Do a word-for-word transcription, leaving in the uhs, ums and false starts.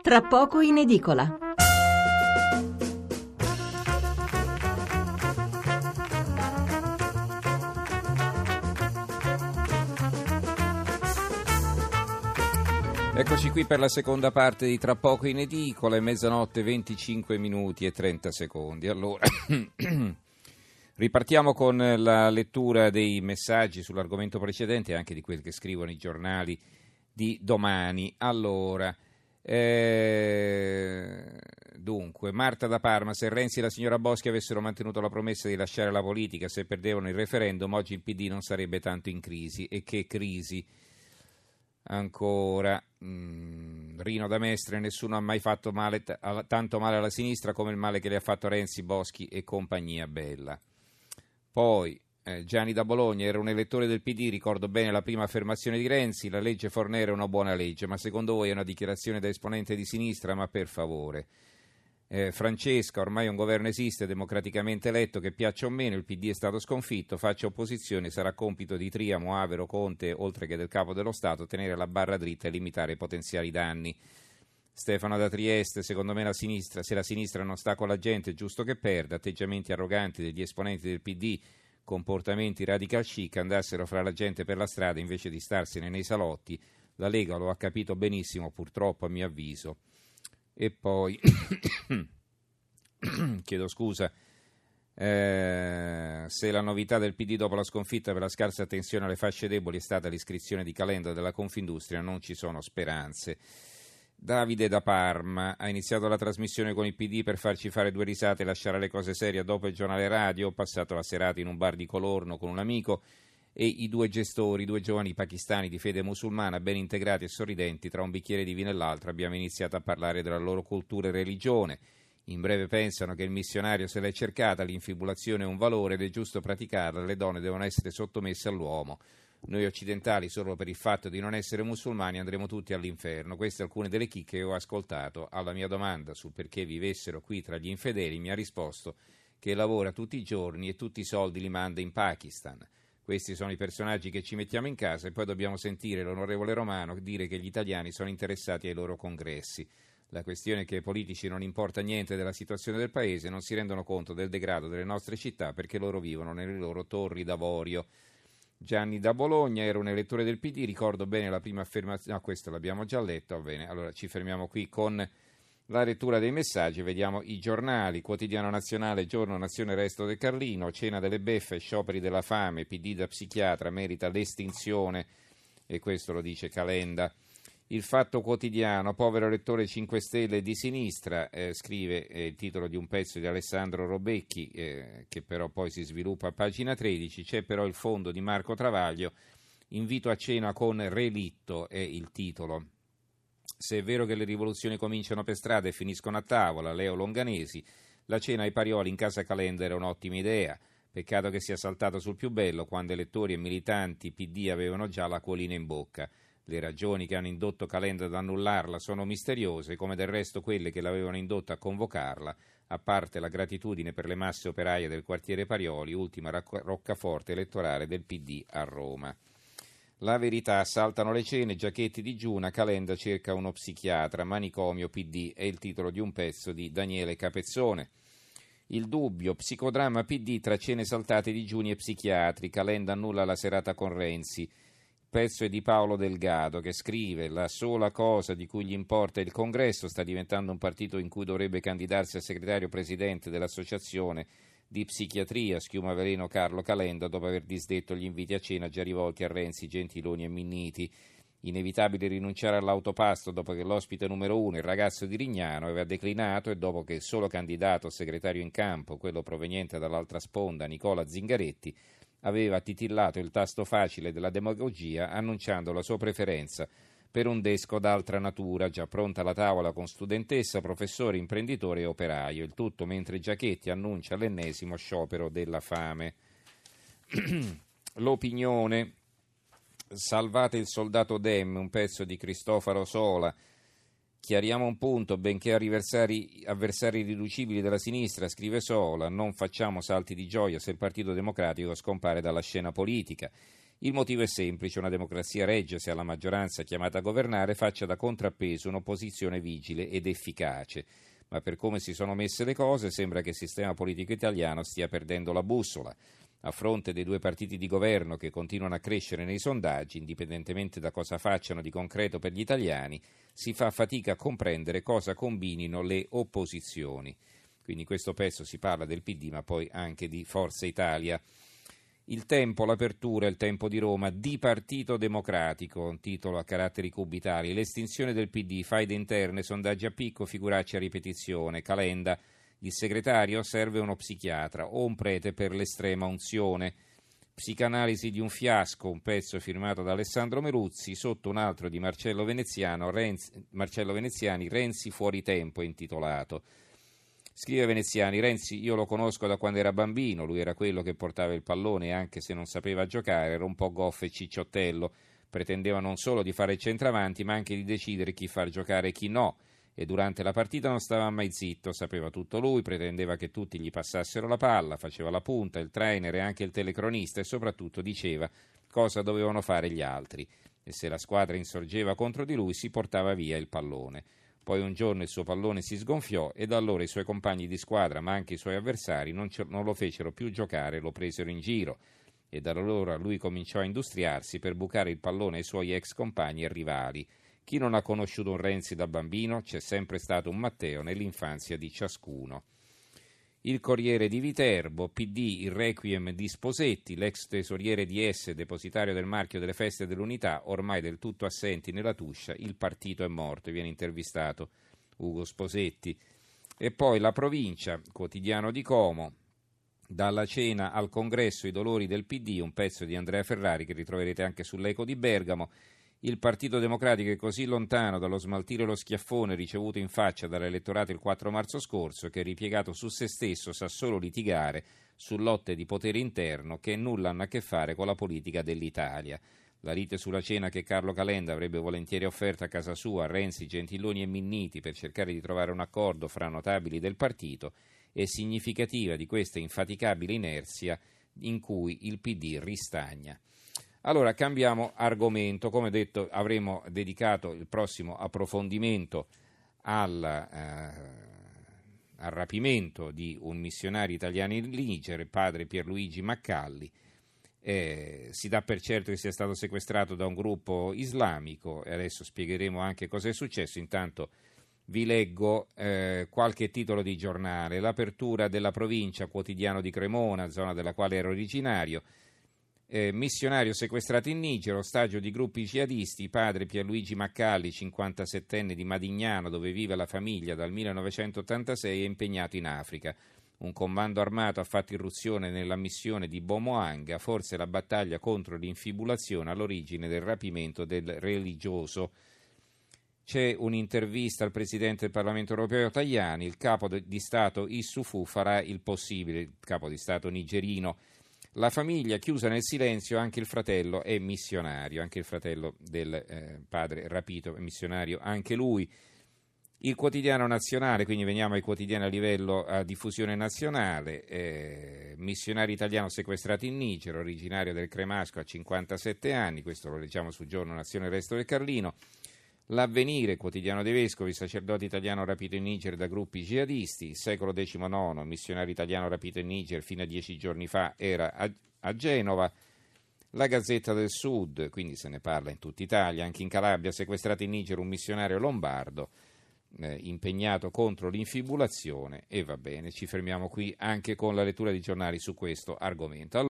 tra poco in edicola. Eccoci qui per la seconda parte di Tra poco in edicola, è mezzanotte venticinque minuti e trenta secondi. Allora, ripartiamo con la lettura dei messaggi sull'argomento precedente e anche di quelli che scrivono i giornali di domani. Allora, eh, dunque, Marta da Parma: se Renzi e la signora Boschi avessero mantenuto la promessa di lasciare la politica, se perdevano il referendum, oggi il P D non sarebbe tanto in crisi. E che crisi? Ancora, mh, Rino da Mestre: nessuno ha mai fatto male, t- tanto male alla sinistra come il male che le ha fatto Renzi, Boschi e compagnia bella. Poi eh, Gianni da Bologna: era un elettore del P D, ricordo bene la prima affermazione di Renzi: la legge Fornero è una buona legge, ma secondo voi è una dichiarazione da esponente di sinistra? Ma per favore. Eh, Francesca: ormai un governo esiste, democraticamente eletto, che piaccia o meno, il P D è stato sconfitto, faccia opposizione, sarà compito di Triamo, Avero, Conte, oltre che del Capo dello Stato, tenere la barra dritta e limitare i potenziali danni. Stefano da Trieste: secondo me la sinistra, se la sinistra non sta con la gente è giusto che perda, atteggiamenti arroganti degli esponenti del P D, comportamenti radical chic, andassero fra la gente per la strada invece di starsene nei salotti, la Lega lo ha capito benissimo purtroppo a mio avviso. E poi, chiedo scusa, eh, se la novità del P D dopo la sconfitta per la scarsa attenzione alle fasce deboli è stata l'iscrizione di Calenda della Confindustria, non ci sono speranze. Davide da Parma: ha iniziato la trasmissione con il P D per farci fare due risate e lasciare le cose serie dopo il giornale radio, ho passato la serata in un bar di Colorno con un amico e i due gestori, due giovani pakistani di fede musulmana, ben integrati e sorridenti, tra un bicchiere di vino e l'altro abbiamo iniziato a parlare della loro cultura e religione. In breve pensano che il missionario se l'è cercata, l'infibulazione è un valore ed è giusto praticarla, le donne devono essere sottomesse all'uomo. Noi occidentali, solo per il fatto di non essere musulmani, andremo tutti all'inferno. Queste alcune delle chicche che ho ascoltato. Alla mia domanda sul perché vivessero qui tra gli infedeli mi ha risposto che lavora tutti i giorni e tutti i soldi li manda in Pakistan. Questi sono i personaggi che ci mettiamo in casa e poi dobbiamo sentire l'onorevole Romano dire che gli italiani sono interessati ai loro congressi. La questione è che ai politici non importa niente della situazione del paese, non si rendono conto del degrado delle nostre città perché loro vivono nelle loro torri d'avorio. Gianni da Bologna: era un elettore del P D, ricordo bene la prima affermazione. No, questo l'abbiamo già letto, va bene. Allora ci fermiamo qui con la lettura dei messaggi, vediamo i giornali. Quotidiano Nazionale: Giorno, Nazione, Resto del Carlino, cena delle beffe, scioperi della fame, P D da psichiatra merita l'estinzione, e questo lo dice Calenda. Il Fatto Quotidiano: povero elettore cinque Stelle di sinistra, eh, scrive eh, il titolo di un pezzo di Alessandro Robecchi, eh, che però poi si sviluppa a pagina tredici. C'è però il fondo di Marco Travaglio, invito a cena con relitto è il titolo. Se è vero che le rivoluzioni cominciano per strada e finiscono a tavola, Leo Longanesi: la cena ai Parioli in casa Calenda era un'ottima idea, peccato che sia saltato sul più bello quando elettori e militanti P D avevano già l'acquolina in bocca. Le ragioni che hanno indotto Calenda ad annullarla sono misteriose, come del resto quelle che l'avevano indotto a convocarla, a parte la gratitudine per le masse operaie del quartiere Parioli, ultima roccaforte elettorale del P D a Roma. La Verità: saltano le cene, Giachetti digiuna, Calenda cerca uno psichiatra, manicomio P D, è il titolo di un pezzo di Daniele Capezzone. Il Dubbio: psicodramma P D tra cene saltate digiuni e psichiatri, Calenda annulla la serata con Renzi. Il pezzo è di Paolo Delgado, che scrive: la sola cosa di cui gli importa è il congresso, sta diventando un partito in cui dovrebbe candidarsi a segretario presidente dell'associazione di psichiatria, schiuma veleno Carlo Calenda dopo aver disdetto gli inviti a cena già rivolti a Renzi, Gentiloni e Minniti. Inevitabile rinunciare all'autopasto dopo che l'ospite numero uno, il ragazzo di Rignano, aveva declinato e dopo che il solo candidato segretario in campo, quello proveniente dall'altra sponda, Nicola Zingaretti, aveva titillato il tasto facile della demagogia annunciando la sua preferenza per un desco d'altra natura, già pronta alla tavola con studentessa, professore, imprenditore e operaio, il tutto mentre Giachetti annuncia l'ennesimo sciopero della fame. L'Opinione: salvate il soldato Dem, un pezzo di Cristoforo Sola. Chiariamo un punto: benché avversari, avversari irriducibili della sinistra, scrive Sola, non facciamo salti di gioia se il Partito Democratico scompare dalla scena politica. Il motivo è semplice: una democrazia regge se alla maggioranza chiamata a governare faccia da contrappeso un'opposizione vigile ed efficace. Ma per come si sono messe le cose sembra che il sistema politico italiano stia perdendo la bussola. A fronte dei due partiti di governo che continuano a crescere nei sondaggi, indipendentemente da cosa facciano di concreto per gli italiani, si fa fatica a comprendere cosa combinino le opposizioni. Quindi in questo pezzo si parla del P D, ma poi anche di Forza Italia. Il tempo, l'apertura, il tempo di Roma, di Partito Democratico, un titolo a caratteri cubitali, l'estinzione del P D, faide interne, sondaggi a picco, figuracce a ripetizione, Calenda, il segretario serve uno psichiatra o un prete per l'estrema unzione, psicanalisi di un fiasco, un pezzo firmato da Alessandro Meruzzi, sotto un altro di Marcello Veneziano, Renzi, Marcello Veneziani, Renzi fuori tempo, intitolato. Scrive Veneziani: Renzi io lo conosco da quando era bambino, lui era quello che portava il pallone, anche se non sapeva giocare, era un po' goffo e cicciottello, pretendeva non solo di fare il centravanti ma anche di decidere chi far giocare e chi no, e durante la partita non stava mai zitto, sapeva tutto lui, pretendeva che tutti gli passassero la palla, faceva la punta, il trainer e anche il telecronista, e soprattutto diceva cosa dovevano fare gli altri, e se la squadra insorgeva contro di lui si portava via il pallone. Poi un giorno il suo pallone si sgonfiò e da allora i suoi compagni di squadra, ma anche i suoi avversari, non, non lo fecero più giocare, lo presero in giro. E da allora lui cominciò a industriarsi per bucare il pallone ai suoi ex compagni e rivali. Chi non ha conosciuto un Renzi da bambino? C'è sempre stato un Matteo nell'infanzia di ciascuno. Il Corriere di Viterbo, P D, il requiem di Sposetti, l'ex tesoriere di S, depositario del marchio delle feste dell'unità, ormai del tutto assenti nella Tuscia, il partito è morto, viene intervistato Ugo Sposetti. E poi La Provincia, quotidiano di Como, dalla cena al congresso i dolori del P D, un pezzo di Andrea Ferrari che ritroverete anche sull'Eco di Bergamo. Il Partito Democratico è così lontano dallo smaltire lo schiaffone ricevuto in faccia dall'elettorato il quattro marzo scorso che, ripiegato su se stesso, sa solo litigare su lotte di potere interno che nulla hanno a che fare con la politica dell'Italia. La lite sulla cena che Carlo Calenda avrebbe volentieri offerto a casa sua a Renzi, Gentiloni e Minniti per cercare di trovare un accordo fra notabili del partito è significativa di questa infaticabile inerzia in cui il P D ristagna. Allora cambiamo argomento, come detto avremo dedicato il prossimo approfondimento al, eh, al rapimento di un missionario italiano in Niger, padre Pierluigi Maccalli. Eh, si dà per certo che sia stato sequestrato da un gruppo islamico e adesso spiegheremo anche cosa è successo. Intanto vi leggo eh, qualche titolo di giornale. L'apertura della Provincia, quotidiano di Cremona, zona della quale ero originario. Eh, missionario sequestrato in Niger, ostaggio di gruppi jihadisti, padre Pierluigi Maccalli, cinquantasettenne di Madignano, dove vive la famiglia dal millenovecentottantasei, è impegnato in Africa. Un comando armato ha fatto irruzione nella missione di Bomoanga, forse la battaglia contro l'infibulazione all'origine del rapimento del religioso. C'è un'intervista al Presidente del Parlamento Europeo Tajani, il capo di Stato Issoufou farà il possibile, il capo di Stato nigerino. La famiglia chiusa nel silenzio, anche il fratello è missionario, anche il fratello del eh, padre rapito è missionario, anche lui. Il quotidiano nazionale, quindi veniamo ai quotidiani a livello a diffusione nazionale, eh, missionario italiano sequestrato in Niger, originario del Cremasco a cinquantasette anni, questo lo leggiamo sul giorno Nazione Resto del Carlino. L'Avvenire, quotidiano dei vescovi, sacerdote italiano rapito in Niger da gruppi jihadisti. Il secolo diciannove, missionario italiano rapito in Niger fino a dieci giorni fa era a, a Genova. La Gazzetta del Sud, quindi se ne parla in tutta Italia, anche in Calabria, sequestrato in Niger un missionario lombardo eh, impegnato contro l'infibulazione. E va bene, ci fermiamo qui anche con la lettura di giornali su questo argomento.